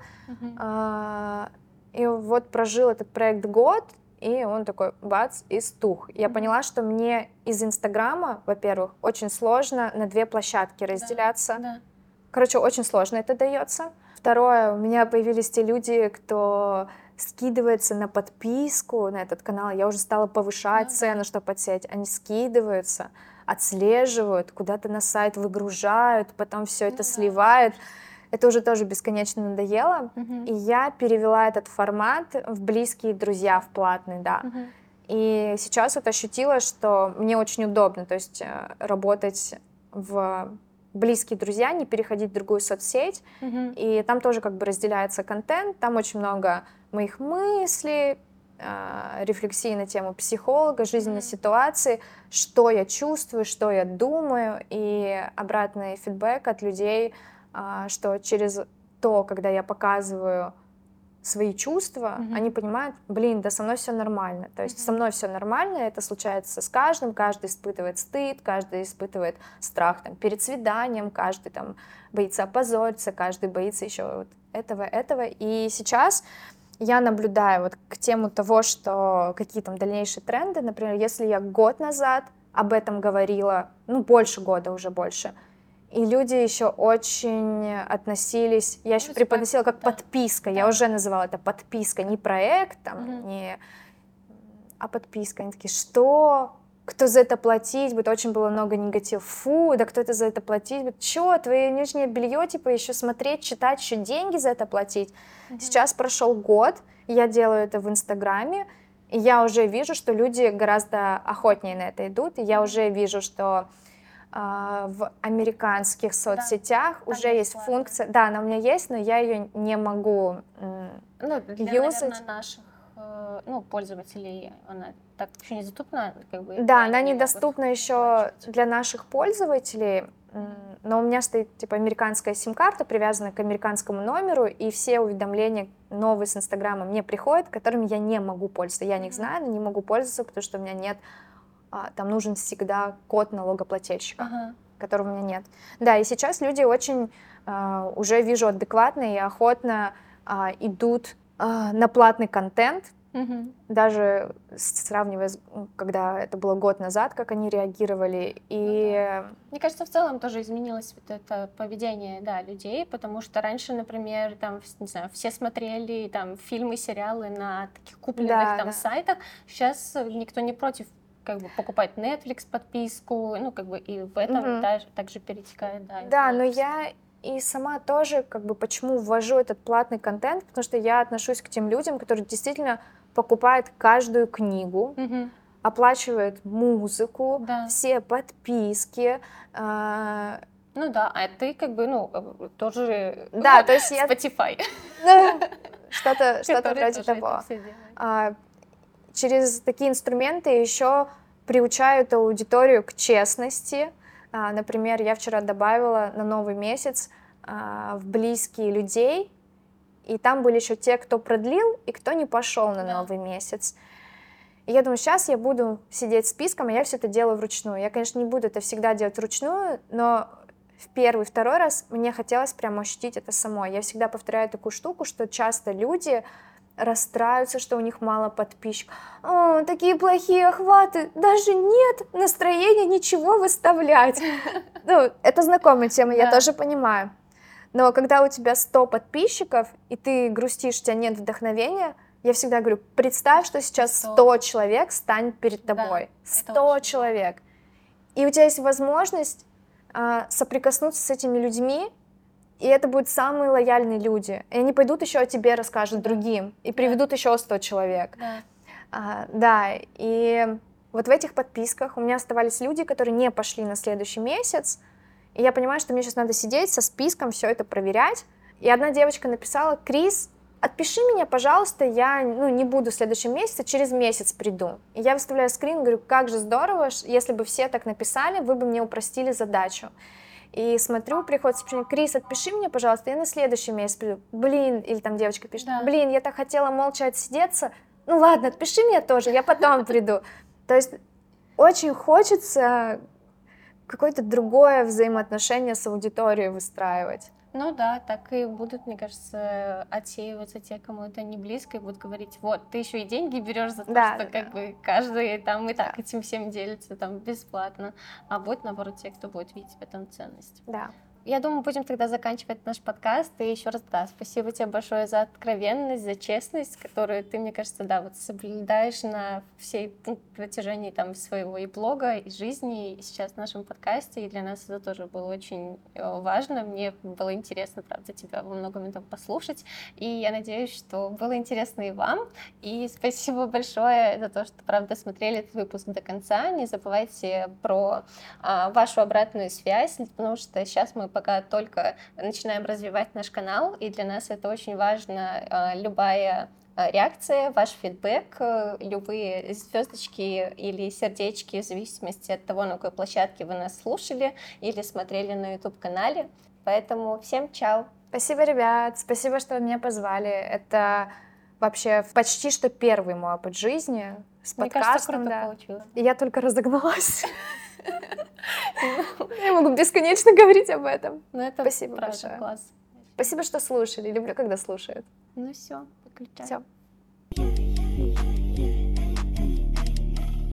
и вот прожил этот проект год, и он такой, бац, и стух. Я поняла, что мне из Инстаграма, во-первых, очень сложно на 2 площадки разделяться. Короче, очень сложно это дается. Второе, у меня появились те люди, кто скидывается на подписку на этот канал. Я уже стала повышать цену, чтобы подсеть. Они скидываются, отслеживают, куда-то на сайт выгружают, потом все это сливают. Это уже тоже бесконечно надоело, и я перевела этот формат в близкие друзья, в платный, да. И сейчас вот ощутила, что мне очень удобно, то есть работать в близкие друзья, не переходить в другую соцсеть, и там тоже как бы разделяется контент, там очень много моих мыслей, рефлексии на тему психолога, жизненной ситуации, что я чувствую, что я думаю, и обратный фидбэк от людей, что через то, когда я показываю свои чувства, они понимают, да со мной все нормально. То есть со мной все нормально, это случается с каждым, каждый испытывает стыд, каждый испытывает страх там, перед свиданием, каждый там боится опозориться, каждый боится еще вот этого. И сейчас я наблюдаю вот к тему того, что какие там дальнейшие тренды, например, если я год назад об этом говорила, больше года, уже больше, и люди еще очень относились, я еще преподносила как подписка, я уже называла это подписка, не проект, там, а подписка. Они такие, что? Кто за это платить будет? Очень было много негатива. Фу, да кто это за это платить будет? Че, твое нижнее белье, типа, еще смотреть, читать, еще деньги за это платить? Сейчас прошел год, я делаю это в Инстаграме, и я уже вижу, что люди гораздо охотнее на это идут, и я уже вижу, что в американских соцсетях уже есть функция, да, она у меня есть, но я ее не могу для, юзать. наверное, наших пользователей она так еще недоступна, как бы. Да, она недоступна еще для наших пользователей, но у меня стоит типа американская сим-карта, привязанная к американскому номеру, и все уведомления новые с Инстаграма мне приходят, которыми я не могу пользоваться. Я них знаю, но не могу пользоваться, потому что у меня нет. Там нужен всегда код налогоплательщика, которого у меня нет. Да, и сейчас люди очень, уже вижу, адекватно и охотно идут на платный контент, даже сравнивая, когда это было год назад, как они реагировали. И... Мне кажется, в целом тоже изменилось вот это поведение, людей, потому что раньше, например, там, не знаю, все смотрели там фильмы, сериалы на таких купленных сайтах. Сейчас никто не против как бы покупать Netflix подписку, как бы и в этом также перетекает, Да, но я и сама тоже, как бы, почему ввожу этот платный контент, потому что я отношусь к тем людям, которые действительно покупают каждую книгу, оплачивают музыку, все подписки. А ты как бы, тоже да, то есть Spotify. Что-то вроде того. Через такие инструменты еще приучают аудиторию к честности. Например, я вчера добавила на новый месяц в близкие людей, и там были еще те, кто продлил и кто не пошел на новый месяц. И я думаю, сейчас я буду сидеть списком, а я все это делаю вручную. Я, конечно, не буду это всегда делать вручную, но в первый, второй раз мне хотелось прямо ощутить это самой. Я всегда повторяю такую штуку, что часто люди расстраиваются, что у них мало подписчиков. О, такие плохие охваты, даже нет настроения ничего выставлять. Это знакомая тема, я тоже понимаю. Но когда у тебя 100 подписчиков, и ты грустишь, у тебя нет вдохновения, я всегда говорю, представь, что сейчас 100 человек станет перед тобой. 100 человек. И у тебя есть возможность соприкоснуться с этими людьми И это будут самые лояльные люди. И они пойдут еще о тебе расскажут другим. И приведут еще 100 человек. Да, и вот в этих подписках у меня оставались люди, которые не пошли на следующий месяц. И я понимаю, что мне сейчас надо сидеть со списком, все это проверять. И одна девочка написала: Крис, отпиши меня, пожалуйста, я не буду в следующем месяце, через месяц приду. И я выставляю скрин, говорю: как же здорово, если бы все так написали, вы бы мне упростили задачу. И смотрю, приходит сообщение: Крис, отпиши меня, пожалуйста, я на следующий месяц приду. Блин, или там девочка пишет: блин, я так хотела молча отсидеться, ну ладно, отпиши меня тоже, я потом приду. То есть очень хочется какое-то другое взаимоотношение с аудиторией выстраивать. Ну да, так и будут, мне кажется, отсеиваться те, кому это не близко, и будут говорить: вот, ты еще и деньги берешь за то, что как бы каждый там и так этим всем делится там бесплатно, а будет, наоборот, те, кто будет видеть в этом ценность. Да. Я думаю, будем тогда заканчивать наш подкаст. И еще раз, да, спасибо тебе большое за откровенность, за честность, которую ты, мне кажется, да, вот соблюдаешь на всей протяжении там своего и блога, и жизни, и сейчас в нашем подкасте. И для нас это тоже было очень важно. Мне было интересно, правда, тебя во многом этом послушать. И я надеюсь, что было интересно и вам. И спасибо большое за то, что, правда, смотрели этот выпуск до конца. Не забывайте про вашу обратную связь, потому что сейчас мы пока только начинаем развивать наш канал, и для нас это очень важно. Любая реакция, ваш фидбэк, любые звездочки или сердечки, в зависимости от того, на какой площадке вы нас слушали или смотрели на YouTube-канале. Поэтому всем чао! Спасибо, ребят, спасибо, что меня позвали. Это вообще почти что первый мой опыт жизни с подкастом. Мне кажется, круто получилось. И я только разогналась. Я могу бесконечно говорить об этом. Спасибо большое. Класс. Спасибо, что слушали. Люблю, когда слушают. Ну все, выключай. Все.